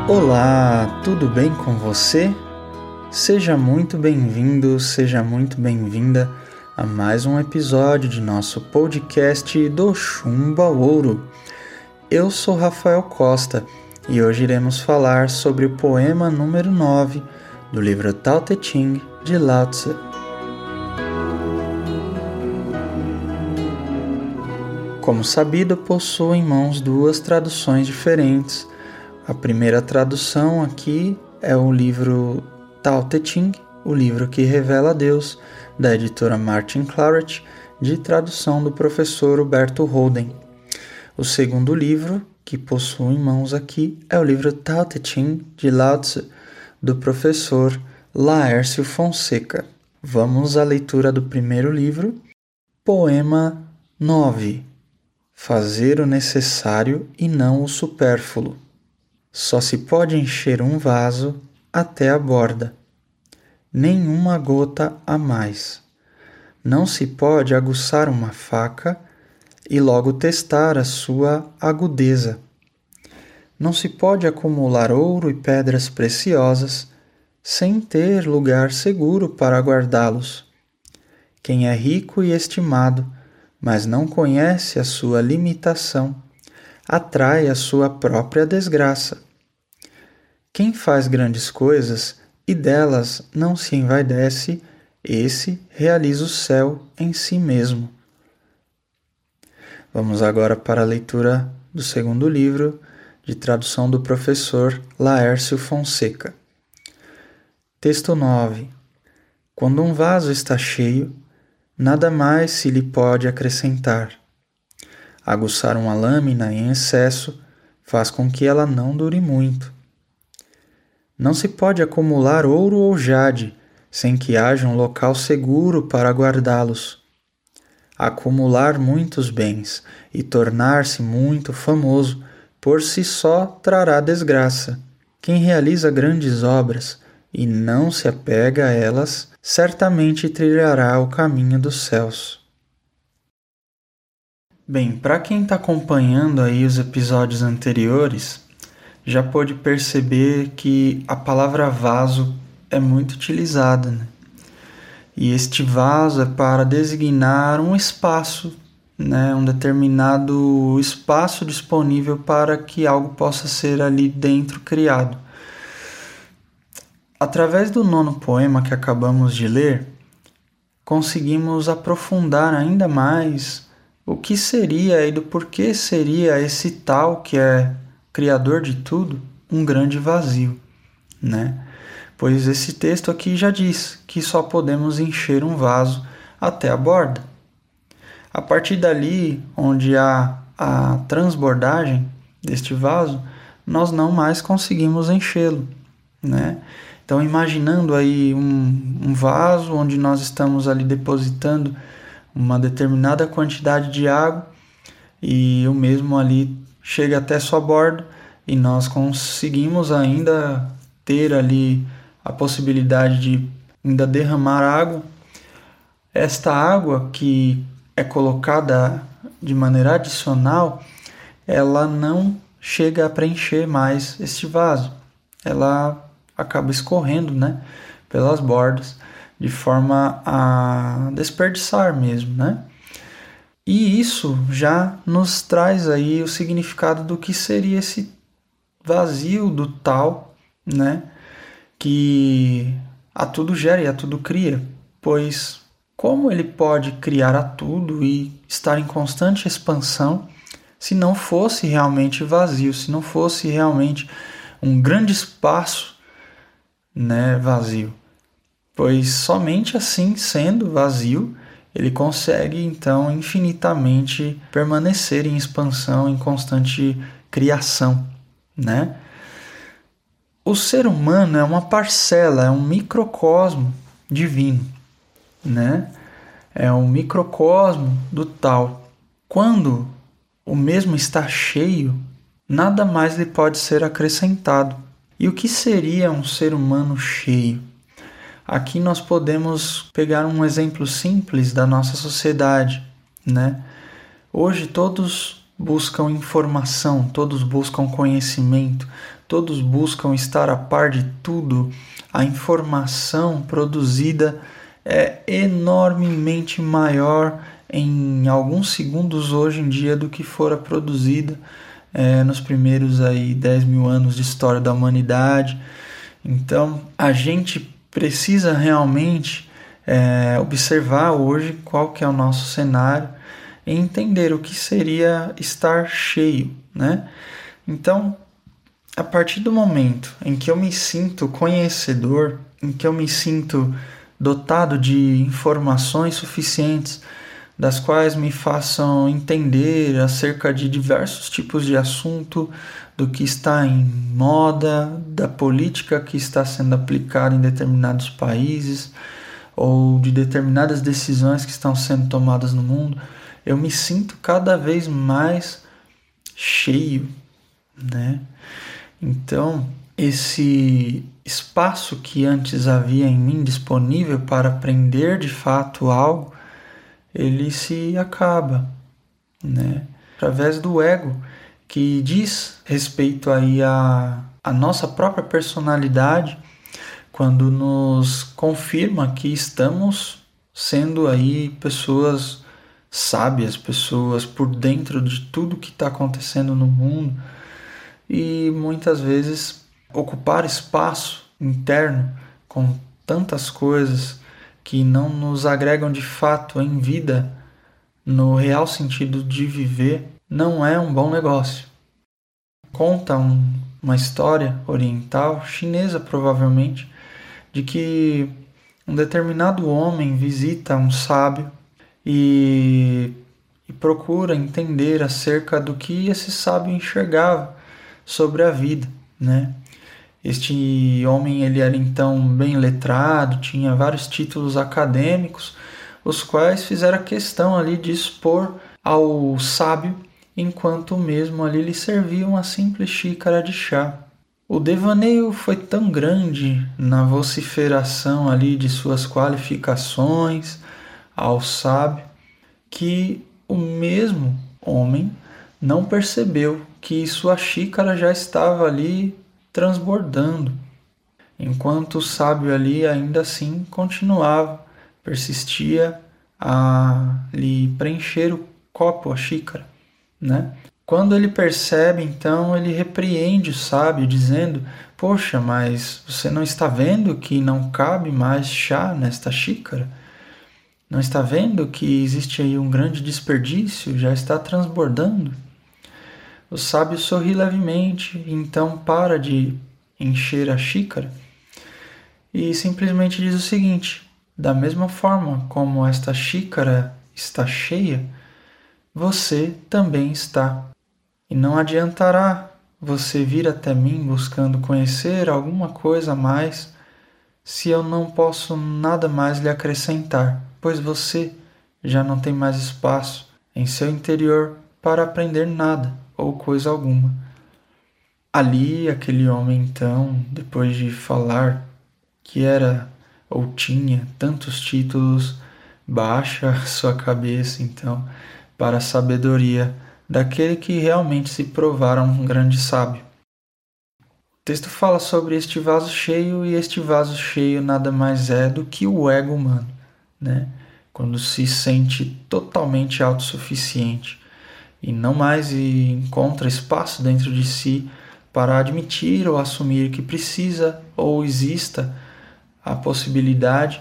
Olá, tudo bem com você? Seja muito bem-vindo, seja muito bem-vinda a mais um episódio de nosso podcast do Chumbo ao Ouro. Eu sou Rafael Costa e hoje iremos falar sobre o poema número 9 do livro Tao Te Ching de Lao Tzu. Como sabido, possuo em mãos duas traduções diferentes. A primeira tradução aqui é o livro Tao Te Ching, o livro que revela a Deus, da editora Martin Claret, de tradução do professor Huberto Holden. O segundo livro que possuo em mãos aqui é o livro Tao Te Ching, de Lao Tzu, do professor Laércio Fonseca. Vamos à leitura do primeiro livro, Poema 9. Fazer o necessário e não o supérfluo. Só se pode encher um vaso até a borda, nenhuma gota a mais. Não se pode aguçar uma faca e logo testar a sua agudeza. Não se pode acumular ouro e pedras preciosas sem ter lugar seguro para guardá-los. Quem é rico e estimado, mas não conhece a sua limitação, atrai a sua própria desgraça. Quem faz grandes coisas e delas não se envaidece, esse realiza o céu em si mesmo. Vamos agora para a leitura do segundo livro, de tradução do professor Laércio Fonseca. Texto 9. Quando um vaso está cheio, nada mais se lhe pode acrescentar. Aguçar uma lâmina em excesso faz com que ela não dure muito. Não se pode acumular ouro ou jade sem que haja um local seguro para guardá-los. Acumular muitos bens e tornar-se muito famoso por si só trará desgraça. Quem realiza grandes obras e não se apega a elas, certamente trilhará o caminho dos céus. Bem, para quem está acompanhando aí os episódios anteriores, já pôde perceber que a palavra vaso é muito utilizada, né? E este vaso é para designar um espaço, né? Um determinado espaço disponível para que algo possa ser ali dentro criado. Através do nono poema que acabamos de ler, conseguimos aprofundar ainda mais o que seria e do porquê seria esse tal que é criador de tudo, um grande vazio, né? Pois esse texto aqui já diz que só podemos encher um vaso até a borda. A partir dali, onde há a transbordagem deste vaso, nós não mais conseguimos enchê-lo, né? Então, imaginando aí um vaso onde nós estamos ali depositando uma determinada quantidade de água e o mesmo ali chega até sua borda e nós conseguimos ainda ter ali a possibilidade de ainda derramar água. Esta água que é colocada de maneira adicional, ela não chega a preencher mais este vaso. Ela acaba escorrendo, né, pelas bordas, de forma a desperdiçar mesmo, né? E isso já nos traz aí o significado do que seria esse vazio do tal, né, que a tudo gera e a tudo cria, pois como ele pode criar a tudo e estar em constante expansão se não fosse realmente vazio, se não fosse realmente um grande espaço, né, vazio? Pois somente assim, sendo vazio, ele consegue então infinitamente permanecer em expansão, em constante criação, né? O ser humano é uma parcela, é um microcosmo divino, né? É um microcosmo do tal. Quando o mesmo está cheio, nada mais lhe pode ser acrescentado. E o que seria um ser humano cheio? Aqui nós podemos pegar um exemplo simples da nossa sociedade, né? Hoje todos buscam informação, todos buscam conhecimento, todos buscam estar a par de tudo, a informação produzida é enormemente maior em alguns segundos hoje em dia do que fora produzida nos primeiros 10 mil anos de história da humanidade. Então a gente precisa realmente observar hoje qual que é o nosso cenário e entender o que seria estar cheio, né? Então, a partir do momento em que eu me sinto conhecedor, em que eu me sinto dotado de informações suficientes, das quais me façam entender acerca de diversos tipos de assunto, do que está em moda, da política que está sendo aplicada em determinados países, ou de determinadas decisões que estão sendo tomadas no mundo, eu me sinto cada vez mais cheio, né? Então, esse espaço que antes havia em mim disponível para aprender de fato algo, ele se acaba, né? Através do ego, que diz respeito à nossa própria personalidade, quando nos confirma que estamos sendo pessoas sábias, pessoas por dentro de tudo que está acontecendo no mundo, e muitas vezes ocupar espaço interno com tantas coisas que não nos agregam de fato em vida, no real sentido de viver, não é um bom negócio. Conta uma história oriental, chinesa provavelmente, de que um determinado homem visita um sábio e procura entender acerca do que esse sábio enxergava sobre a vida, né? Este homem, ele era então bem letrado, tinha vários títulos acadêmicos, os quais fizeram a questão ali de expor ao sábio, enquanto mesmo ali lhe servia uma simples xícara de chá. O devaneio foi tão grande na vociferação ali de suas qualificações ao sábio, que o mesmo homem não percebeu que sua xícara já estava ali transbordando, enquanto o sábio ali ainda assim continuava, persistia a lhe preencher o copo, a xícara, né? Quando ele percebe, então, ele repreende o sábio, dizendo: poxa, mas você não está vendo que não cabe mais chá nesta xícara? Não está vendo que existe aí um grande desperdício, já está transbordando? O sábio sorri levemente, então para de encher a xícara e simplesmente diz o seguinte: da mesma forma como esta xícara está cheia, você também está. E não adiantará você vir até mim buscando conhecer alguma coisa a mais, se eu não posso nada mais lhe acrescentar, pois você já não tem mais espaço em seu interior para aprender nada ou coisa alguma. Ali, aquele homem, então, depois de falar que era ou tinha tantos títulos, baixa sua cabeça, então, para a sabedoria daquele que realmente se provara um grande sábio. O texto fala sobre este vaso cheio, e este vaso cheio nada mais é do que o ego humano, né? Quando se sente totalmente autossuficiente e não mais encontra espaço dentro de si para admitir ou assumir que precisa ou exista a possibilidade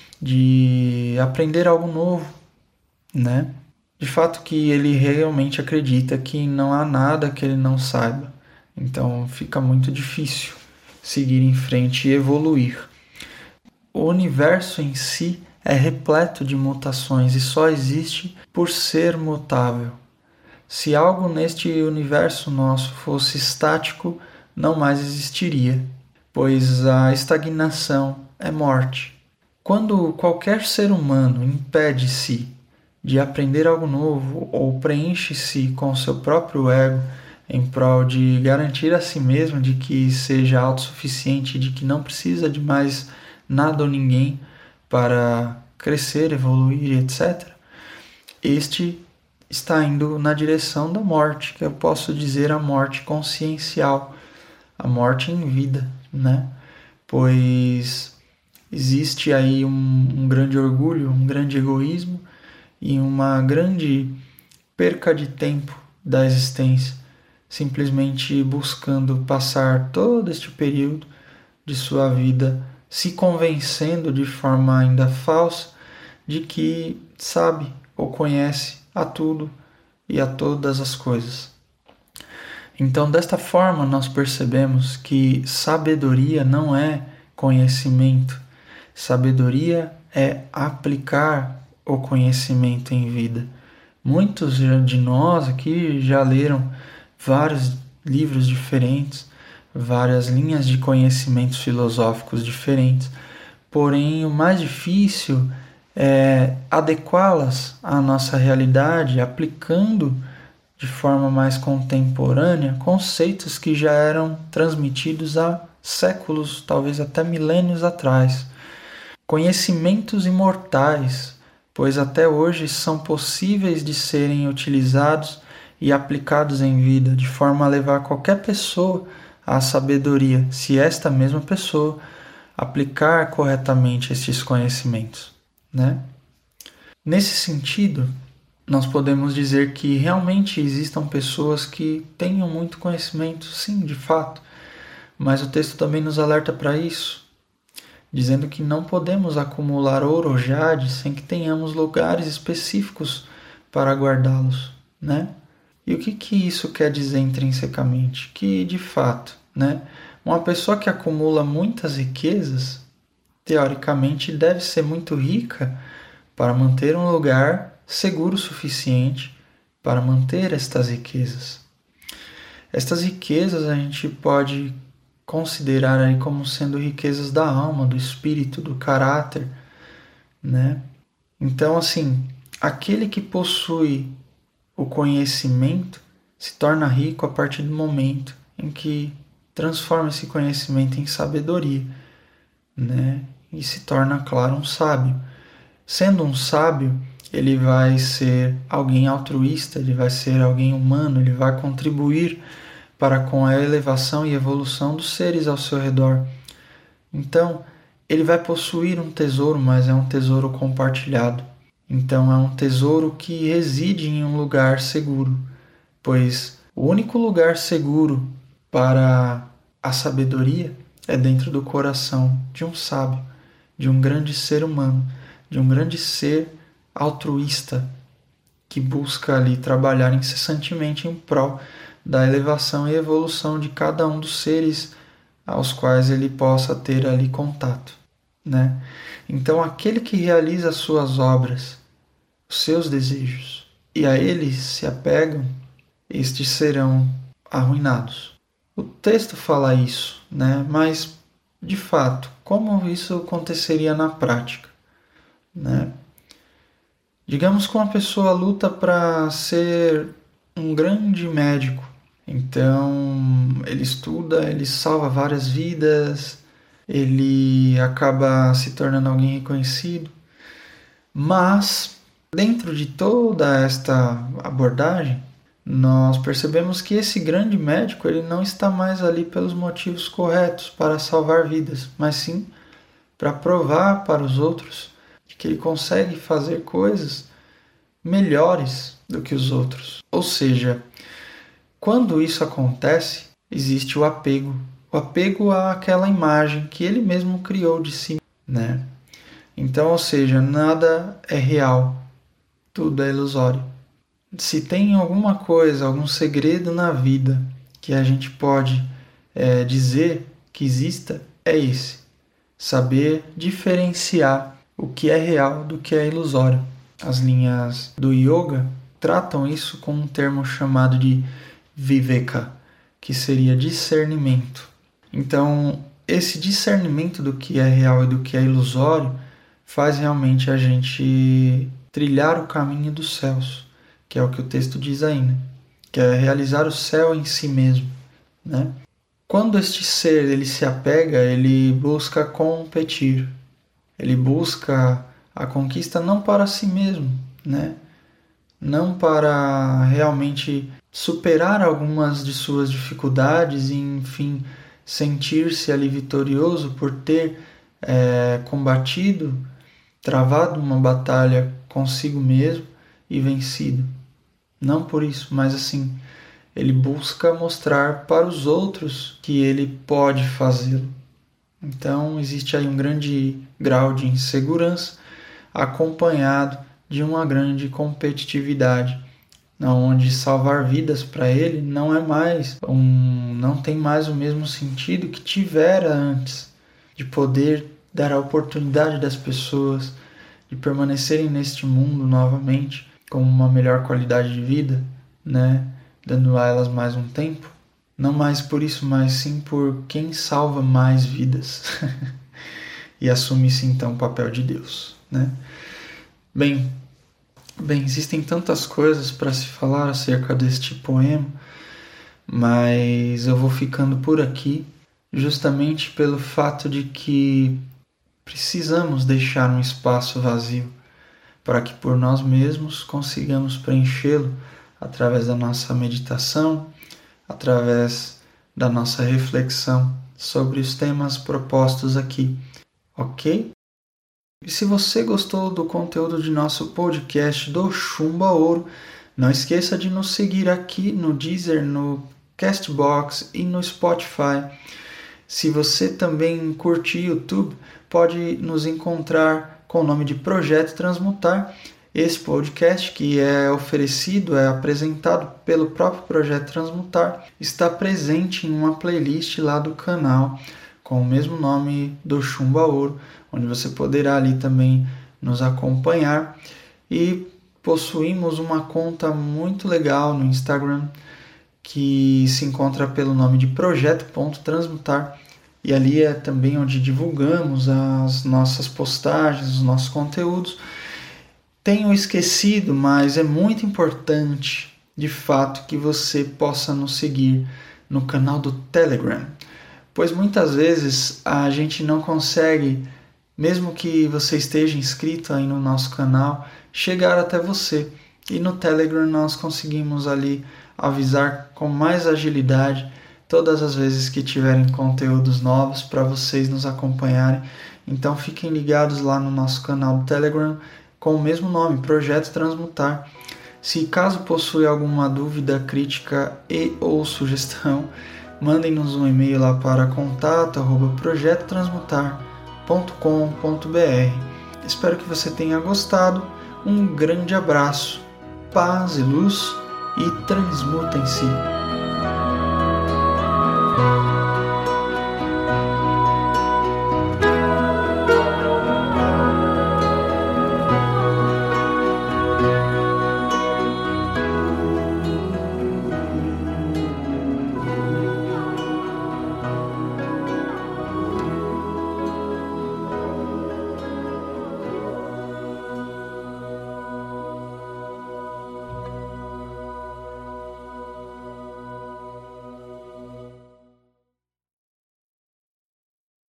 de aprender algo novo, né? De fato que ele realmente acredita que não há nada que ele não saiba. Então fica muito difícil seguir em frente e evoluir. O universo em si é repleto de mutações e só existe por ser mutável. Se algo neste universo nosso fosse estático, não mais existiria, pois a estagnação é morte. Quando qualquer ser humano impede-se de aprender algo novo ou preenche-se com seu próprio ego em prol de garantir a si mesmo de que seja autossuficiente, de que não precisa de mais nada ou ninguém para crescer, evoluir, etc., este está indo na direção da morte, que eu posso dizer a morte consciencial, a morte em vida, né? Pois existe aí um grande orgulho, um grande egoísmo e uma grande perca de tempo da existência, simplesmente buscando passar todo este período de sua vida se convencendo de forma ainda falsa de que sabe ou conhece a tudo e a todas as coisas. Então, desta forma, nós percebemos que sabedoria não é conhecimento, sabedoria é aplicar o conhecimento em vida. Muitos de nós aqui já leram vários livros diferentes, várias linhas de conhecimentos filosóficos diferentes, porém o mais difícil é adequá-las à nossa realidade, aplicando de forma mais contemporânea conceitos que já eram transmitidos há séculos, talvez até milênios atrás. Conhecimentos imortais, pois até hoje são possíveis de serem utilizados e aplicados em vida, de forma a levar qualquer pessoa à sabedoria, se esta mesma pessoa aplicar corretamente estes conhecimentos, né? Nesse sentido, nós podemos dizer que realmente existam pessoas que tenham muito conhecimento, sim, de fato, mas o texto também nos alerta para isso, dizendo que não podemos acumular ouro ou jade sem que tenhamos lugares específicos para guardá-los, né? E o que isso quer dizer intrinsecamente? Que, de fato, né, uma pessoa que acumula muitas riquezas, teoricamente, deve ser muito rica para manter um lugar seguro o suficiente para manter estas riquezas. Estas riquezas a gente pode considerar aí como sendo riquezas da alma, do espírito, do caráter, né? Então, assim, aquele que possui o conhecimento se torna rico a partir do momento em que transforma esse conhecimento em sabedoria, né? E se torna, claro, um sábio. Sendo um sábio, ele vai ser alguém altruísta, ele vai ser alguém humano, ele vai contribuir para com a elevação e evolução dos seres ao seu redor. Então, ele vai possuir um tesouro, mas é um tesouro compartilhado. Então, é um tesouro que reside em um lugar seguro, pois o único lugar seguro para a sabedoria é dentro do coração de um sábio, de um grande ser humano, de um grande ser altruísta que busca ali trabalhar incessantemente em prol da elevação e evolução de cada um dos seres aos quais ele possa ter ali contato, né? Então, aquele que realiza as suas obras, os seus desejos, e a eles se apegam, estes serão arruinados. O texto fala isso, né? Mas, de fato, como isso aconteceria na prática, né? Digamos que uma pessoa luta para ser um grande médico. Então, ele estuda, ele salva várias vidas, ele acaba se tornando alguém reconhecido. Mas, dentro de toda esta abordagem, nós percebemos que esse grande médico ele não está mais ali pelos motivos corretos para salvar vidas, mas sim para provar para os outros que ele consegue fazer coisas melhores do que os outros. Ou seja, quando isso acontece, existe o apego àquela imagem que ele mesmo criou de si, né? Então, ou seja, nada é real, tudo é ilusório. Se tem alguma coisa, algum segredo na vida que a gente pode dizer que exista, é esse: saber diferenciar o que é real do que é ilusório. As linhas do yoga tratam isso com um termo chamado de viveka, que seria discernimento. Então, esse discernimento do que é real e do que é ilusório faz realmente a gente trilhar o caminho dos céus, que é o que o texto diz aí, né? Que é realizar o céu em si mesmo, né? Quando este ser ele se apega, ele busca competir, ele busca a conquista não para si mesmo, né? Não para realmente superar algumas de suas dificuldades e, enfim, sentir-se ali vitorioso por ter combatido, travado uma batalha consigo mesmo e vencido. Não por isso, mas assim, ele busca mostrar para os outros que ele pode fazê-lo. Então existe aí um grande grau de insegurança acompanhado de uma grande competitividade, onde salvar vidas para ele não tem mais o mesmo sentido que tivera antes, de poder dar a oportunidade das pessoas de permanecerem neste mundo novamente com uma melhor qualidade de vida, né? Dando a elas mais um tempo. Não mais por isso, mas sim por quem salva mais vidas. E assume-se então o papel de Deus, né? Bem, existem tantas coisas para se falar acerca deste poema, mas eu vou ficando por aqui, justamente pelo fato de que precisamos deixar um espaço vazio para que por nós mesmos consigamos preenchê-lo através da nossa meditação, através da nossa reflexão sobre os temas propostos aqui, ok? E se você gostou do conteúdo de nosso podcast do Chumbo a Ouro, não esqueça de nos seguir aqui no Deezer, no Castbox e no Spotify. Se você também curte YouTube, pode nos encontrar com o nome de Projeto Transmutar. Esse podcast, que é apresentado pelo próprio Projeto Transmutar, está presente em uma playlist lá do canal com o mesmo nome do Chumbo a Ouro, onde você poderá ali também nos acompanhar. E possuímos uma conta muito legal no Instagram que se encontra pelo nome de projeto.transmutar, e ali é também onde divulgamos as nossas postagens, os nossos conteúdos. Tenho esquecido, mas é muito importante, de fato, que você possa nos seguir no canal do Telegram, pois muitas vezes a gente não consegue, mesmo que você esteja inscrito aí no nosso canal, chegar até você. E no Telegram nós conseguimos ali avisar com mais agilidade todas as vezes que tiverem conteúdos novos para vocês nos acompanharem. Então fiquem ligados lá no nosso canal do Telegram com o mesmo nome, Projeto Transmutar. Se caso possui alguma dúvida, crítica e ou sugestão, mandem-nos um e-mail lá para contato@projetotransmutar.com.br. Espero que você tenha gostado. Um grande abraço, paz e luz, e transmutem-se.